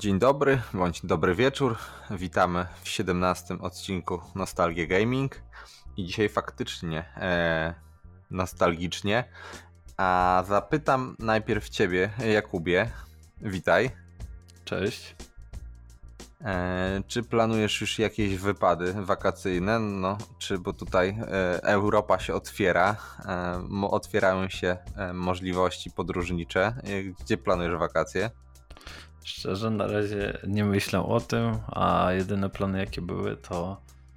Dzień dobry, bądź dobry wieczór. Witamy w 17 odcinku Nostalgia Gaming. I dzisiaj faktycznie nostalgicznie. A zapytam najpierw Ciebie, Jakubie. Witaj. Cześć. Czy planujesz już jakieś wypady wakacyjne? Bo tutaj Europa się otwiera, otwierają się możliwości podróżnicze. Gdzie planujesz wakacje? Szczerze, na razie nie myślę o tym, a jedyne plany jakie były to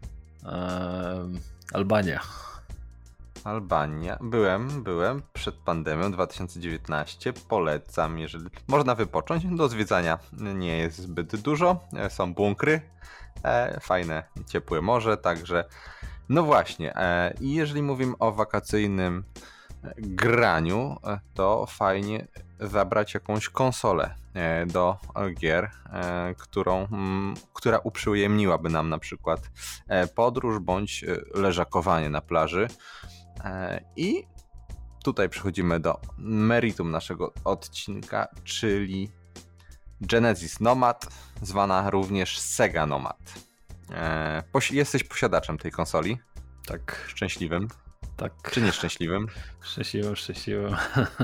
Albania. Albania. Byłem przed pandemią 2019. Polecam, jeżeli można wypocząć. Do zwiedzania nie jest zbyt dużo. Są bunkry, fajne, ciepłe morze, także no właśnie. I jeżeli mówimy o wakacyjnym graniu, to fajnie zabrać jakąś konsolę do gier, która uprzyjemniłaby nam na przykład podróż bądź leżakowanie na plaży. I tutaj przechodzimy do meritum naszego odcinka, czyli Genesis Nomad, zwana również Sega Nomad. Jesteś posiadaczem tej konsoli? Tak. Szczęśliwym? Tak. Czy nieszczęśliwym? Szczęśliwym.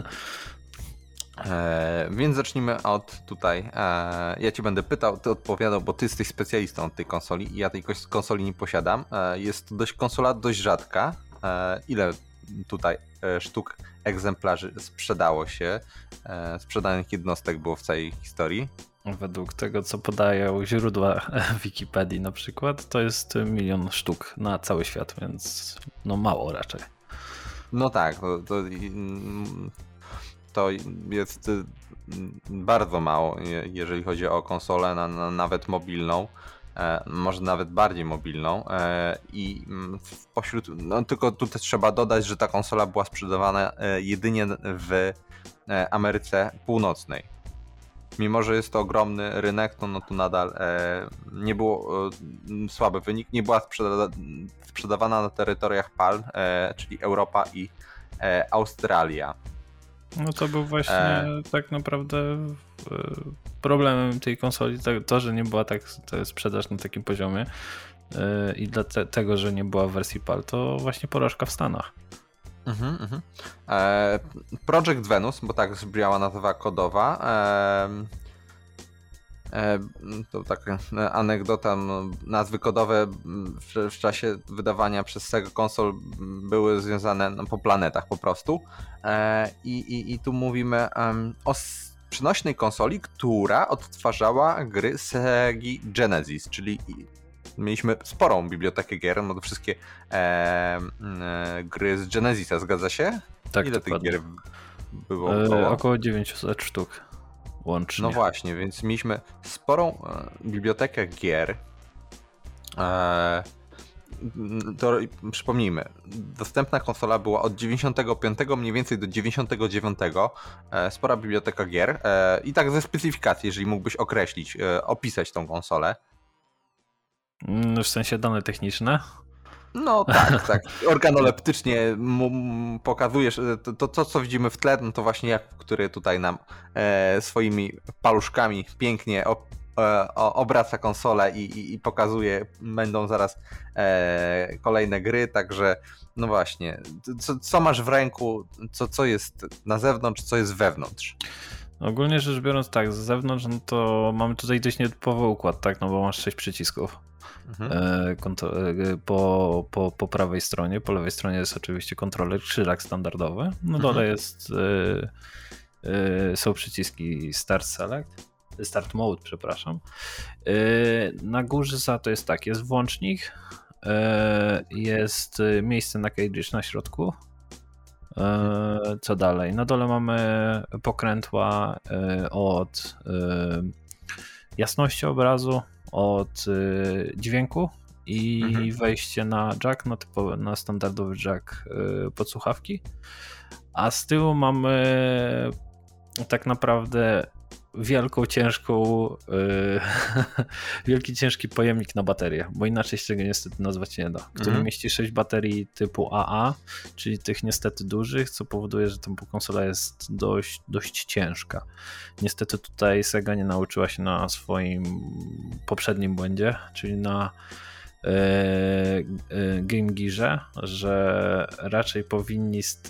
Więc zacznijmy od tutaj. Ja Cię będę pytał, Ty odpowiadał, bo Ty jesteś specjalistą od tej konsoli i ja tej konsoli nie posiadam. Jest to konsola dość rzadka. Ile tutaj sztuk egzemplarzy sprzedało się? Sprzedanych jednostek było w całej historii? Według tego, co podają źródła Wikipedii na przykład, to jest 1 milion sztuk na cały świat, więc no mało raczej. No tak, to jest bardzo mało, jeżeli chodzi o konsolę nawet mobilną, może nawet bardziej mobilną, i pośród, tylko tutaj trzeba dodać, że ta konsola była sprzedawana jedynie w Ameryce Północnej. Mimo że jest to ogromny rynek, to nadal nie było słaby wynik, nie była sprzedawana na terytoriach PAL, czyli Europa i Australia. No to był właśnie tak naprawdę problemem tej konsoli, to, że nie była sprzedaż na takim poziomie i dlatego, że nie była w wersji PAL, to właśnie porażka w Stanach. Project Venus, bo tak brzmiała nazwa kodowa. To taka anegdota, nazwy kodowe w czasie wydawania przez Sega konsol były związane po planetach po prostu. I tu mówimy o przenośnej konsoli, która odtwarzała gry Segi Genesis, czyli mieliśmy sporą bibliotekę gier, no to wszystkie gry z Genesisa, zgadza się? Tak, ile dokładnie. tych gier było? Około 900 sztuk łącznie. No właśnie, więc mieliśmy sporą bibliotekę gier. To przypomnijmy, dostępna konsola była od 95 mniej więcej do 99. Spora biblioteka gier. I tak ze specyfikacji, jeżeli mógłbyś określić, opisać tą konsolę. W sensie dane techniczne? No tak. Organoleptycznie pokazujesz to, co widzimy w tle, no to właśnie Jakub, który tutaj nam swoimi paluszkami pięknie obraca konsolę i pokazuje, będą zaraz kolejne gry, także no właśnie, co masz w ręku, co jest na zewnątrz, co jest wewnątrz? Ogólnie rzecz biorąc tak, z zewnątrz no to mamy tutaj dość nietypowy układ, tak, no bo masz 6 przycisków. Po prawej stronie, po lewej stronie jest oczywiście kontroler, krzyżak standardowy, no dole jest są przyciski Start Mode, przepraszam. Na górze za to jest tak, jest włącznik, jest miejsce na cartridge na środku. Co dalej? Na dole mamy pokrętła od jasności obrazu, od dźwięku i wejście na jack, na standardowy jack pod słuchawki. A z tyłu mamy tak naprawdę wielką, ciężką, wielki, ciężki pojemnik na baterię, bo inaczej się tego niestety nazwać nie da, który mieści 6 baterii typu AA, czyli tych niestety dużych, co powoduje, że ta konsola jest dość ciężka. Niestety tutaj Sega nie nauczyła się na swoim poprzednim błędzie, czyli na Game Gearze, że raczej powinni z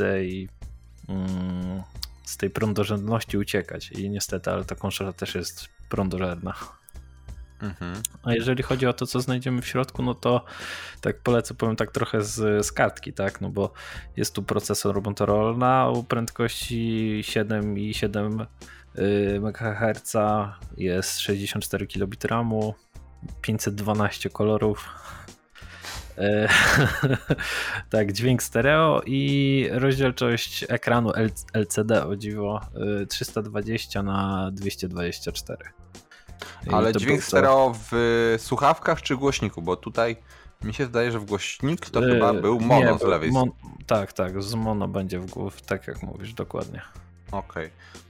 tej prądożerności uciekać i niestety, ale ta konsola też jest prądożerna. A jeżeli chodzi o to, co znajdziemy w środku, no to tak polecę, powiem tak trochę z kartki, tak, no bo jest tu procesor Motorola o prędkości 7,7 MHz, jest 64 kB RAMu, 512 kolorów, tak, dźwięk stereo i rozdzielczość ekranu LCD, o dziwo, 320 na 224. Ale dźwięk stereo w słuchawkach czy głośniku? Bo tutaj mi się zdaje, że w głośnik to chyba był mono z lewej strony. Tak, z mono będzie w głowę, tak jak mówisz, dokładnie. Okej.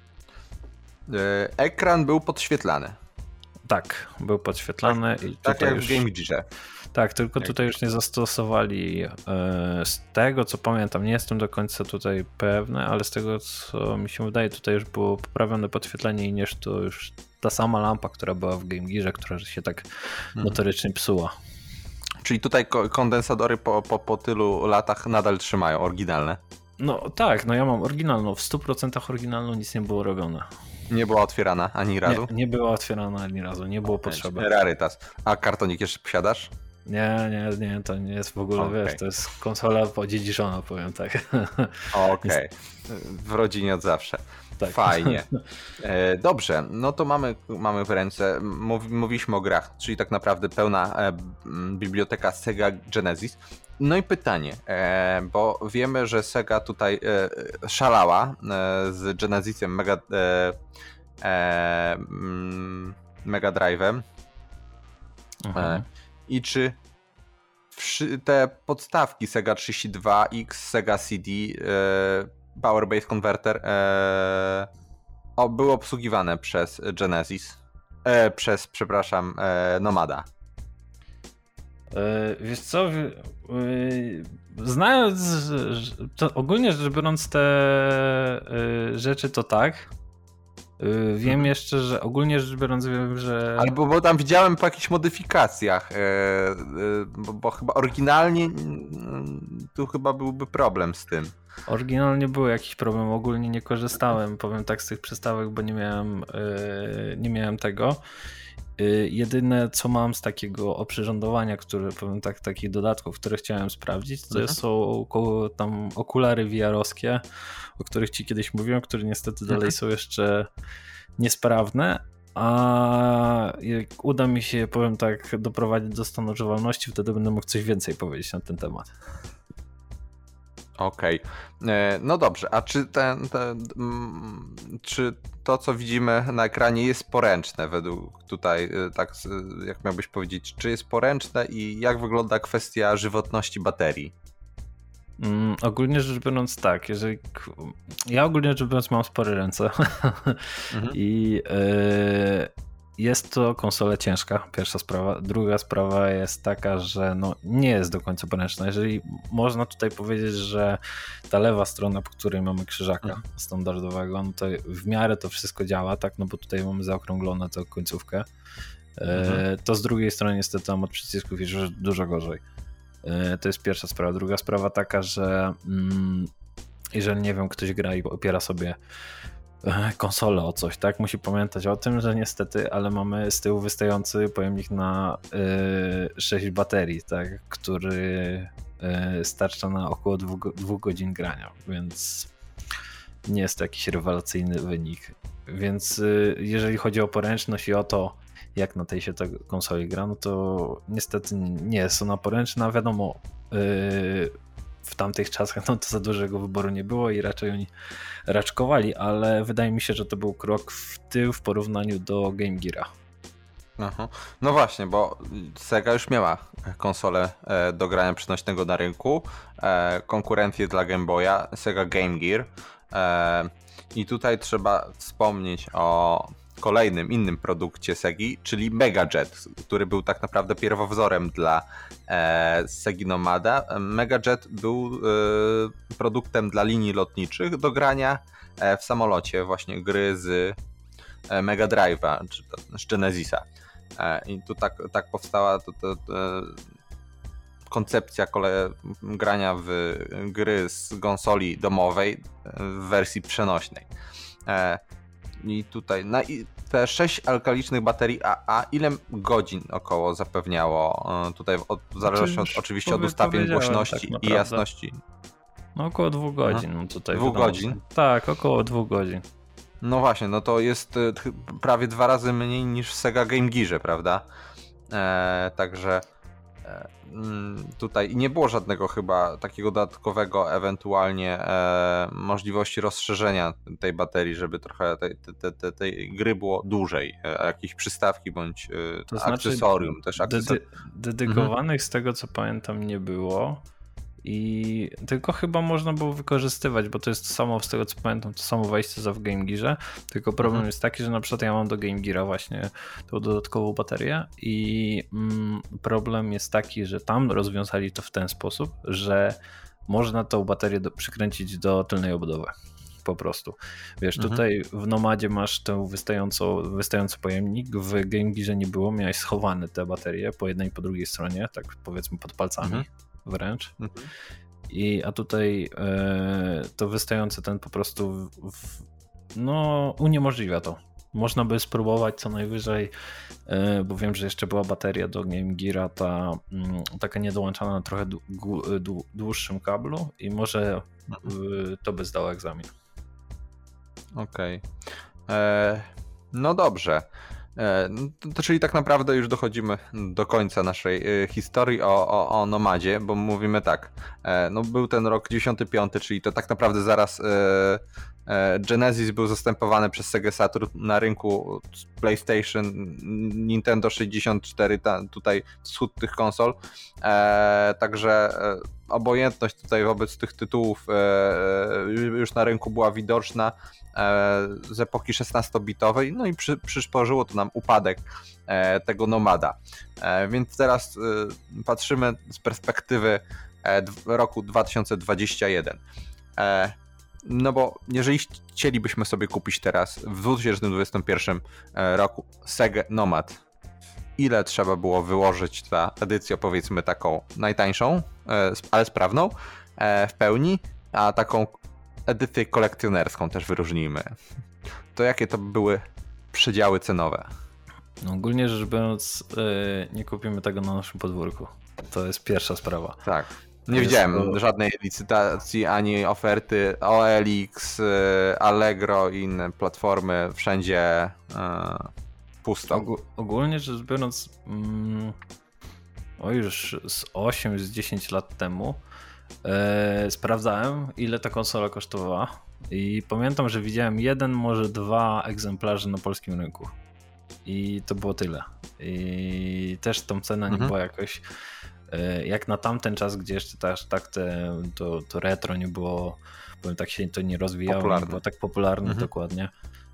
Ekran był podświetlany. Tak, był podświetlany. Tak, i tak tutaj jak w Game Gearze. Tak, tylko tutaj już nie zastosowali, z tego co pamiętam, nie jestem do końca tutaj pewny, ale z tego co mi się wydaje, tutaj już było poprawione podświetlenie i niż to już ta sama lampa, która była w Game Gearze, która się tak notorycznie psuła. Czyli tutaj kondensadory po tylu latach nadal trzymają, oryginalne. No tak, no ja mam oryginalną, w 100% oryginalną, nic nie było robione. Nie była otwierana ani razu? Nie była otwierana ani razu, nie było potrzeby. Rarytas. A kartonik jeszcze posiadasz? Nie, to nie jest w ogóle, wiesz, to jest konsola odziedziczona, powiem tak. Okej. W rodzinie od zawsze. Tak. Fajnie. Dobrze, no to mamy w ręce, mówiliśmy o grach, czyli tak naprawdę pełna biblioteka Sega Genesis. No i pytanie, bo wiemy, że Sega tutaj szalała z Genesisem Mega Drive'em. I czy te podstawki Sega 32X, Sega CD, Power Base Converter były obsługiwane przez Genesis, przepraszam, Nomada? Wiesz co, znając to ogólnie rzecz biorąc te rzeczy, to tak. Wiem jeszcze, że ogólnie rzecz biorąc wiem, że... Albo bo tam widziałem po jakichś modyfikacjach, bo chyba oryginalnie tu chyba byłby problem z tym. Oryginalnie był jakiś problem, ogólnie nie korzystałem, powiem tak, z tych przystawek, bo nie miałem tego. Jedyne co mam z takiego oprzyrządowania, które powiem tak, takich dodatków, które chciałem sprawdzić, to są tam okulary VR-owskie, o których ci kiedyś mówiłem, które niestety dalej są jeszcze niesprawne, a jak uda mi się, powiem tak, doprowadzić do stanu używalności, wtedy będę mógł coś więcej powiedzieć na ten temat. Okej. No dobrze, a czy to, co widzimy na ekranie jest poręczne według tutaj, tak jak miałbyś powiedzieć, czy jest poręczne i jak wygląda kwestia żywotności baterii? Ogólnie rzecz biorąc tak, ja ogólnie rzecz biorąc mam spore ręce i jest to konsola ciężka, pierwsza sprawa. Druga sprawa jest taka, że no nie jest do końca poręczna. Jeżeli można tutaj powiedzieć, że ta lewa strona, po której mamy krzyżaka standardowego, no to w miarę to wszystko działa, tak, no bo tutaj mamy zaokrąglone tę końcówkę. To z drugiej strony niestety tam od przycisków jest dużo gorzej. To jest pierwsza sprawa. Druga sprawa taka, że jeżeli nie wiem, ktoś gra i opiera sobie konsolę o coś, tak? Musi pamiętać o tym, że niestety, ale mamy z tyłu wystający pojemnik na 6 baterii, tak? Który starcza na około 2 godzin grania, więc nie jest to jakiś rewelacyjny wynik. Więc jeżeli chodzi o poręczność i o to, jak na tej się ta konsoli gra, no to niestety nie jest ona poręczna. Wiadomo, w tamtych czasach no to za dużego wyboru nie było i raczej oni raczkowali, ale wydaje mi się, że to był krok w tył w porównaniu do Game Geara. Aha. No właśnie, bo Sega już miała konsolę do grania przenośnego na rynku, konkurencję dla Game Boya, Sega Game Gear, i tutaj trzeba wspomnieć o kolejnym innym produkcie Segi, czyli Megajet, który był tak naprawdę pierwowzorem dla Segi Nomada. Megajet był produktem dla linii lotniczych do grania w samolocie, właśnie gry z Mega Drive'a czy z Genesisa. I tu tak powstała koncepcja grania w gry z konsoli domowej w wersji przenośnej. I tutaj te 6 alkalicznych baterii AA ile godzin około zapewniało tutaj, w zależności oczywiście od ustawień głośności tak i jasności? No około 2 godzin. No tutaj 2 godzin? Tak, około 2 godzin. No właśnie, no to jest prawie 2 razy mniej niż w Sega Game Gearze, prawda? Także tutaj nie było żadnego chyba takiego dodatkowego ewentualnie możliwości rozszerzenia tej baterii, żeby trochę tej gry było dłużej, jakieś przystawki bądź to akcesorium. Dedykowanych z tego co pamiętam nie było. I tylko chyba można było wykorzystywać, bo to jest to samo, z tego co pamiętam, to samo wejście za w Game Gearze, tylko problem jest taki, że na przykład ja mam do Game Geara właśnie tą dodatkową baterię i problem jest taki, że tam rozwiązali to w ten sposób, że można tą baterię przykręcić do tylnej obudowy. Po prostu. Wiesz, tutaj w Nomadzie masz ten wystający pojemnik, w Game Gearze nie było, miałeś schowane te baterie po jednej i po drugiej stronie, tak powiedzmy pod palcami. Wręcz. A tutaj to wystające ten po prostu uniemożliwia to. Można by spróbować co najwyżej, bo wiem, że jeszcze była bateria do Game Geara, taka niedołączana na trochę dłuższym kablu i może to by zdało egzamin. Okej. No dobrze. To czyli tak naprawdę już dochodzimy do końca naszej historii o Nomadzie, bo mówimy tak, no był ten rok 95, czyli to tak naprawdę zaraz Genesis był zastępowany przez Sega Saturn na rynku PlayStation, Nintendo 64, tutaj wschód tych konsol, także obojętność tutaj wobec tych tytułów już na rynku była widoczna z epoki 16-bitowej, no i przysporzyło to nam upadek tego Nomada. Więc teraz patrzymy z perspektywy roku 2021. No bo jeżeli chcielibyśmy sobie kupić teraz w 2021 roku Sega Nomad, ile trzeba było wyłożyć za edycję, powiedzmy taką najtańszą, ale sprawną w pełni, a taką edycję kolekcjonerską też wyróżnijmy. To jakie to były przedziały cenowe? No, ogólnie rzecz biorąc, nie kupimy tego na naszym podwórku. To jest pierwsza sprawa. Tak. Nie widziałem żadnej licytacji ani oferty OLX, Allegro i inne platformy. Wszędzie pusto. Ogólnie rzecz biorąc, już z 8, z 10 lat temu sprawdzałem, ile ta konsola kosztowała i pamiętam, że widziałem 1, może 2 egzemplarze na polskim rynku i to było tyle. I też tą cena nie była jakoś jak na tamten czas, gdzie jeszcze to retro nie było, powiem tak, się to nie rozwijało, nie było tak popularne dokładnie.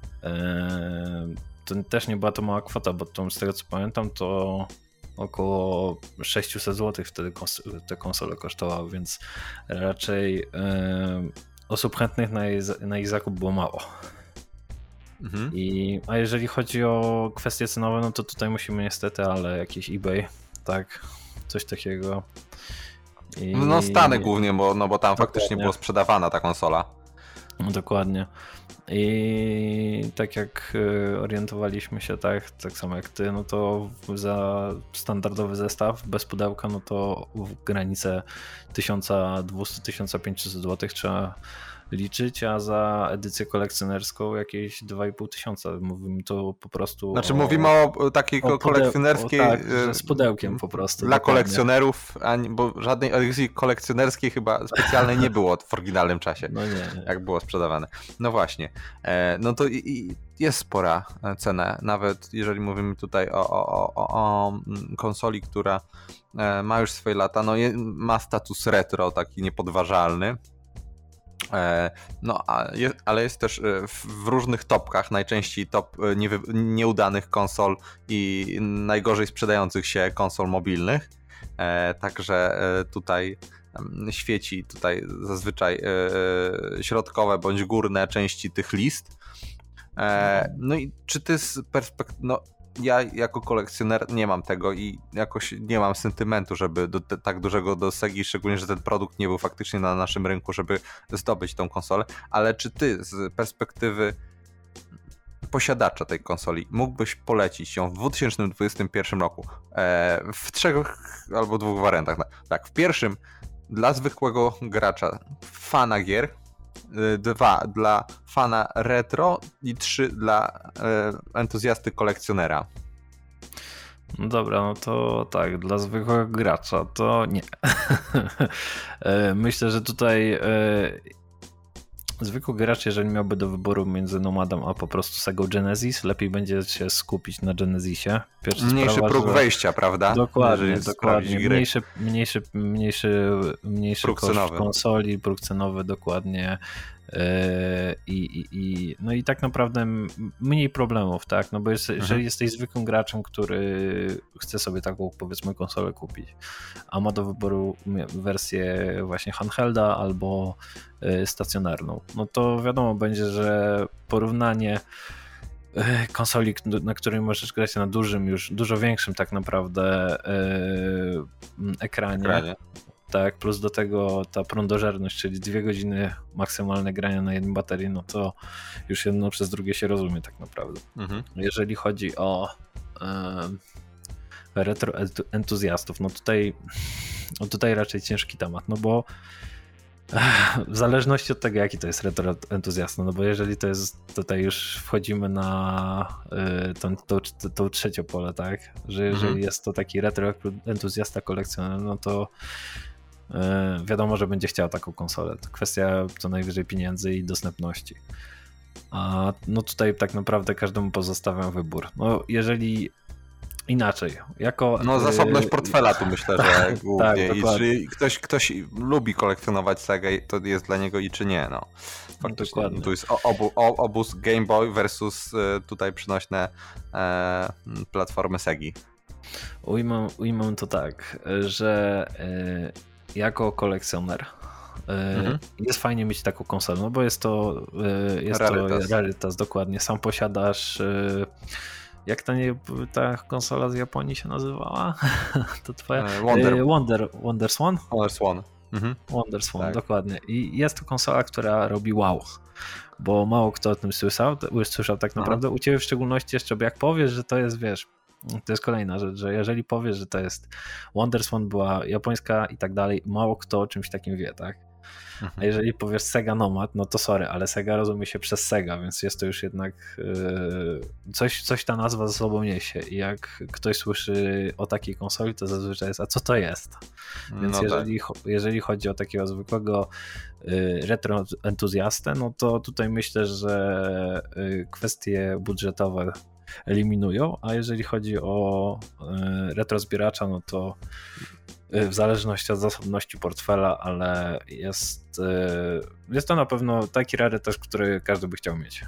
To też nie była to mała kwota, bo to, z tego co pamiętam, to około 600 zł wtedy te konsole kosztowały, więc raczej osób chętnych na ich zakup było mało. A jeżeli chodzi o kwestie cenowe, no to tutaj musimy niestety, ale jakiś eBay, tak, coś takiego. No Stany głównie, bo tam faktycznie była sprzedawana ta konsola. No, dokładnie. I tak jak orientowaliśmy się, tak samo jak ty, no to za standardowy zestaw bez pudełka, no to w granicę 1200-1500 zł trzeba liczyć, a za edycję kolekcjonerską jakieś 2500. Mówimy to po prostu. Znaczy mówimy o takiej kolekcjonerskiej. Tak, z pudełkiem po prostu. Dla kolekcjonerów, bo żadnej edycji kolekcjonerskiej chyba specjalnej nie było w oryginalnym czasie. No nie. Jak było sprzedawane. No właśnie. No to jest spora cena, nawet jeżeli mówimy tutaj o konsoli, która ma już swoje lata, no ma status retro, taki niepodważalny. No, ale jest też w różnych topkach, najczęściej top nieudanych konsol i najgorzej sprzedających się konsol mobilnych. Także tutaj świeci tutaj zazwyczaj środkowe bądź górne części tych list. No i czy ty z perspektywy... No, ja jako kolekcjoner nie mam tego i jakoś nie mam sentymentu, żeby tak dużego do Segi, szczególnie, że ten produkt nie był faktycznie na naszym rynku, żeby zdobyć tą konsolę, ale czy ty z perspektywy posiadacza tej konsoli mógłbyś polecić ją w 2021 roku w 3 albo 2 wariantach? Tak, w pierwszym dla zwykłego gracza, fana gier, 2 dla fana retro i 3 dla entuzjasty kolekcjonera. No dobra, no to tak, dla zwykłego gracza to nie. Myślę, że tutaj zwykły gracz, jeżeli miałby do wyboru między Nomadem a po prostu Sega Genesis, lepiej będzie się skupić na Genesisie. Mniejszy próg wejścia, prawda? Dokładnie. Mniejszy koszt konsoli, próg cenowy, dokładnie. No i tak naprawdę mniej problemów, tak? No bo jeżeli jesteś zwykłym graczem, który chce sobie taką, powiedzmy, konsolę kupić, a ma do wyboru wersję właśnie handhelda albo stacjonarną, no to wiadomo będzie, że porównanie konsoli, na której możesz grać na dużo większym tak naprawdę ekranie. Tak, plus do tego ta prądożerność, czyli 2 godziny maksymalne grania na jednej baterii, no to już jedno przez drugie się rozumie tak naprawdę. Jeżeli chodzi o retro entuzjastów, no tutaj raczej ciężki temat, no bo w zależności od tego, jaki to jest retro entuzjasta, no bo jeżeli to jest, tutaj już wchodzimy na tą trzecie pole, tak, że jeżeli jest to taki retro entuzjasta kolekcjoner, no to wiadomo, że będzie chciał taką konsolę. To kwestia co najwyżej pieniędzy i dostępności. A no tutaj tak naprawdę każdemu pozostawiam wybór. No jeżeli inaczej, No zasobność portfela tu myślę, że głównie. Tak, i czy ktoś lubi kolekcjonować Sega, to jest dla niego i czy nie, no. Faktycznie tu jest obóz Game Boy versus tutaj przynośne platformy Segi. Ujmę to tak, że jako kolekcjoner jest fajnie mieć taką konsolę, no bo jest to rarytas, dokładnie. Sam posiadasz, jak ta konsola z Japonii się nazywała? To twoja? WonderSwan? WonderSwan. WonderSwan, tak. Dokładnie. I jest to konsola, która robi wow, bo mało kto o tym słyszał tak naprawdę. U ciebie w szczególności jeszcze, bo jak powiesz, że to jest, wiesz, to jest kolejna rzecz, że jeżeli powiesz, że to jest WonderSwan, była japońska i tak dalej, mało kto o czymś takim wie, tak? A jeżeli powiesz Sega Nomad, no to sorry, ale Sega rozumie się przez Sega, więc jest to już jednak coś ta nazwa ze sobą niesie i jak ktoś słyszy o takiej konsoli, to zazwyczaj jest, a co to jest? Więc jeżeli chodzi o takiego zwykłego retro entuzjastę, no to tutaj myślę, że kwestie budżetowe eliminują, a jeżeli chodzi o retro zbieracza, no to w zależności od zasobności portfela, ale jest to na pewno taki rarytas, który każdy by chciał mieć.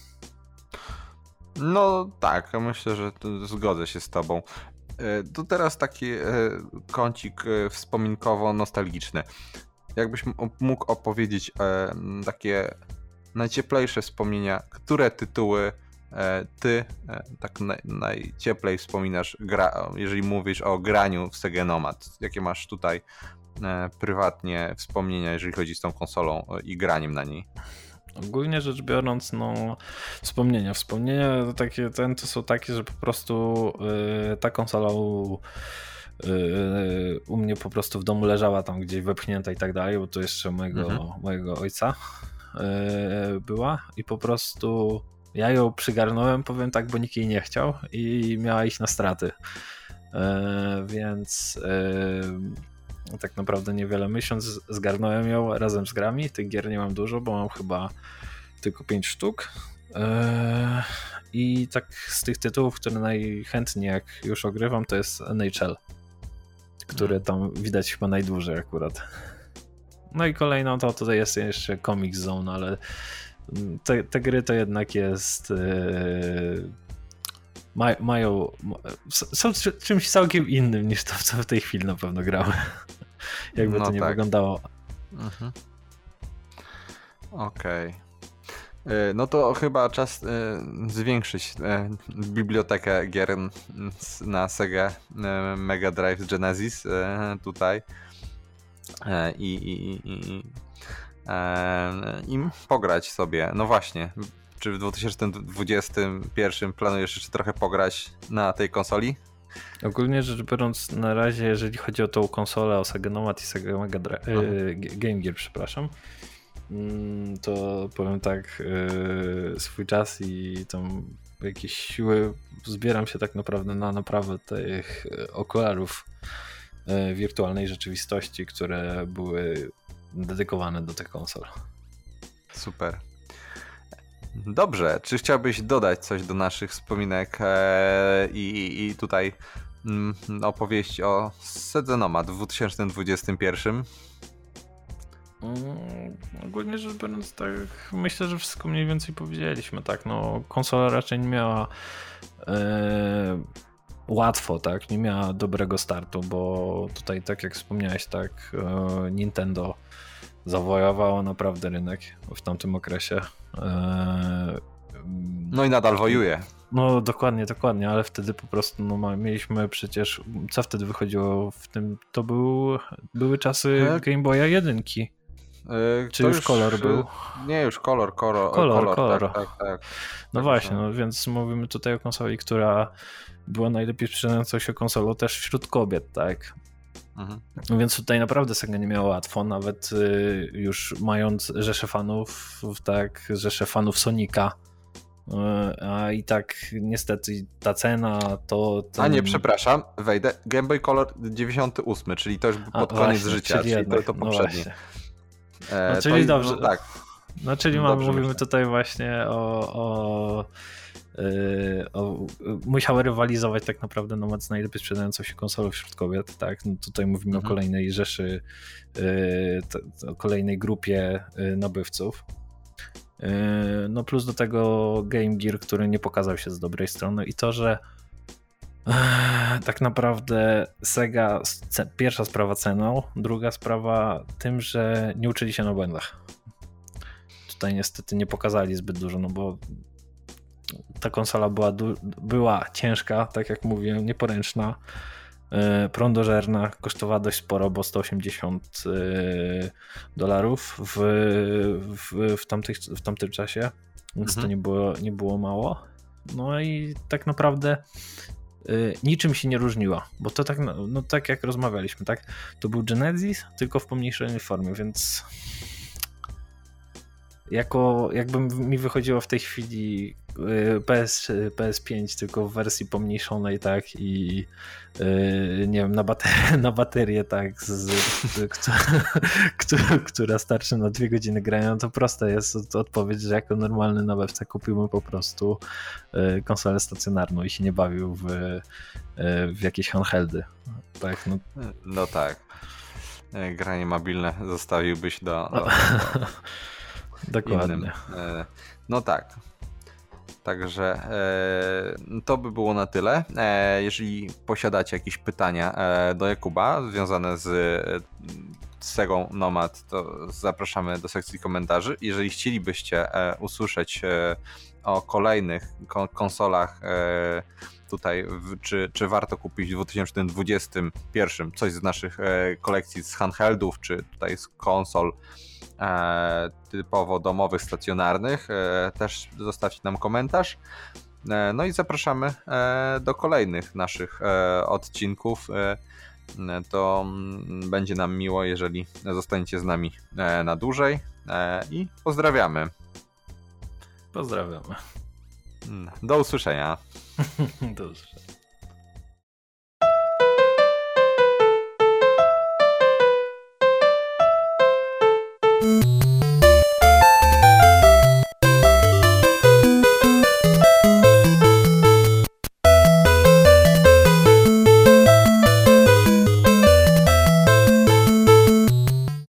No tak, myślę, że zgodzę się z tobą. To teraz taki kącik wspominkowo-nostalgiczny. Jakbyś mógł opowiedzieć takie najcieplejsze wspomnienia, które tytuły ty tak najcieplej wspominasz, jeżeli mówisz o graniu w Sega Nomad? Jakie masz tutaj prywatnie wspomnienia, jeżeli chodzi z tą konsolą i graniem na niej? Ogólnie rzecz biorąc, no wspomnienia takie, to są takie, że po prostu ta konsola u mnie po prostu w domu leżała tam gdzieś wepchnięta i tak dalej, bo to jeszcze mojego ojca była i po prostu ja ją przygarnąłem, powiem tak, bo nikt jej nie chciał i miała iść na straty. Więc tak naprawdę niewiele myśląc zgarnąłem ją razem z grami. Tych gier nie mam dużo, bo mam chyba tylko 5 sztuk. I tak z tych tytułów, które najchętniej jak już ogrywam, to jest NHL, które tam widać chyba najdłużej akurat. No i kolejną to tutaj jest jeszcze Comic Zone, ale te gry to jednak jest są czymś całkiem innym niż to, co w tej chwili na pewno gramy. Jakby to nie wyglądało. Mhm. Okej. No to chyba czas zwiększyć bibliotekę gier na Sega Mega Drive Genesis tutaj i pograć sobie. No właśnie, czy w 2021 planujesz jeszcze trochę pograć na tej konsoli? Ogólnie rzecz biorąc, na razie, jeżeli chodzi o tą konsolę, o Sega Nomad i Sega Mega Drive, Game Gear, przepraszam, to powiem tak, swój czas i tam jakieś siły zbieram się tak naprawdę na naprawę tych okularów wirtualnej rzeczywistości, które były dedykowane do tych konsol. Super. Dobrze, czy chciałbyś dodać coś do naszych wspominek i tutaj opowieść o Sedze Nomad w 2021? Ogólnie rzecz biorąc, tak myślę, że wszystko mniej więcej powiedzieliśmy, tak, no konsola raczej nie miała łatwo, tak, nie miała dobrego startu, bo tutaj tak jak wspomniałeś, tak, Nintendo zawojowało naprawdę rynek w tamtym okresie. No i nadal wojuje. No dokładnie, ale wtedy po prostu mieliśmy przecież, co wtedy wychodziło w tym, to były czasy Game Boya 1. Czy już kolor był? Nie, już kolor. Tak. No tak właśnie, no więc mówimy tutaj o konsoli, która była najlepiej sprzedającą się konsolą też wśród kobiet, tak? Mhm. Więc tutaj naprawdę Sega nie miała łatwo, nawet już mając rzeszę fanów Sonika, a i tak niestety ta cena to... A nie, przepraszam, wejdę. Game Boy Color 98, czyli to już pod koniec życia, czyli to poprzedni. No czyli dobrze. No, tak. No czyli mówimy tutaj właśnie musiały rywalizować tak naprawdę Nomad z najlepiej sprzedającą się konsolą wśród kobiet, tak? No tutaj mówimy o kolejnej rzeszy, o kolejnej grupie nabywców. No plus do tego Game Gear, który nie pokazał się z dobrej strony i to, że tak naprawdę Sega, pierwsza sprawa ceną, druga sprawa tym, że nie uczyli się na błędach. Tutaj niestety nie pokazali zbyt dużo, no bo ta konsola była ciężka, tak jak mówiłem, nieporęczna, prądożerna, kosztowała dość sporo, bo $180 w tamtym czasie, więc to nie było mało. No i tak naprawdę niczym się nie różniła, bo to tak, no tak jak rozmawialiśmy, tak, to był Genesis, tylko w pomniejszonej formie, więc jakby mi wychodziło w tej chwili PS5 tylko w wersji pomniejszonej, tak, i nie wiem, na baterię, tak, która starczy na 2 godziny grania, to prosta jest odpowiedź, że jako normalny nabywca kupiłbym po prostu konsolę stacjonarną i się nie bawił w jakieś handheldy. Tak, no tak. Granie mobilne zostawiłbyś do dokładnie. Innym. No tak. Także to by było na tyle. Jeżeli posiadacie jakieś pytania do Jakuba związane z Segą Nomad, to zapraszamy do sekcji komentarzy. Jeżeli chcielibyście usłyszeć o kolejnych konsolach tutaj, czy warto kupić w 2021 coś z naszych kolekcji z handheldów, czy tutaj z konsol typowo domowych, stacjonarnych, też zostawcie nam komentarz. No i zapraszamy do kolejnych naszych odcinków. To będzie nam miło, jeżeli zostaniecie z nami na dłużej i pozdrawiamy. Pozdrawiamy. Do usłyszenia. Do usłyszenia.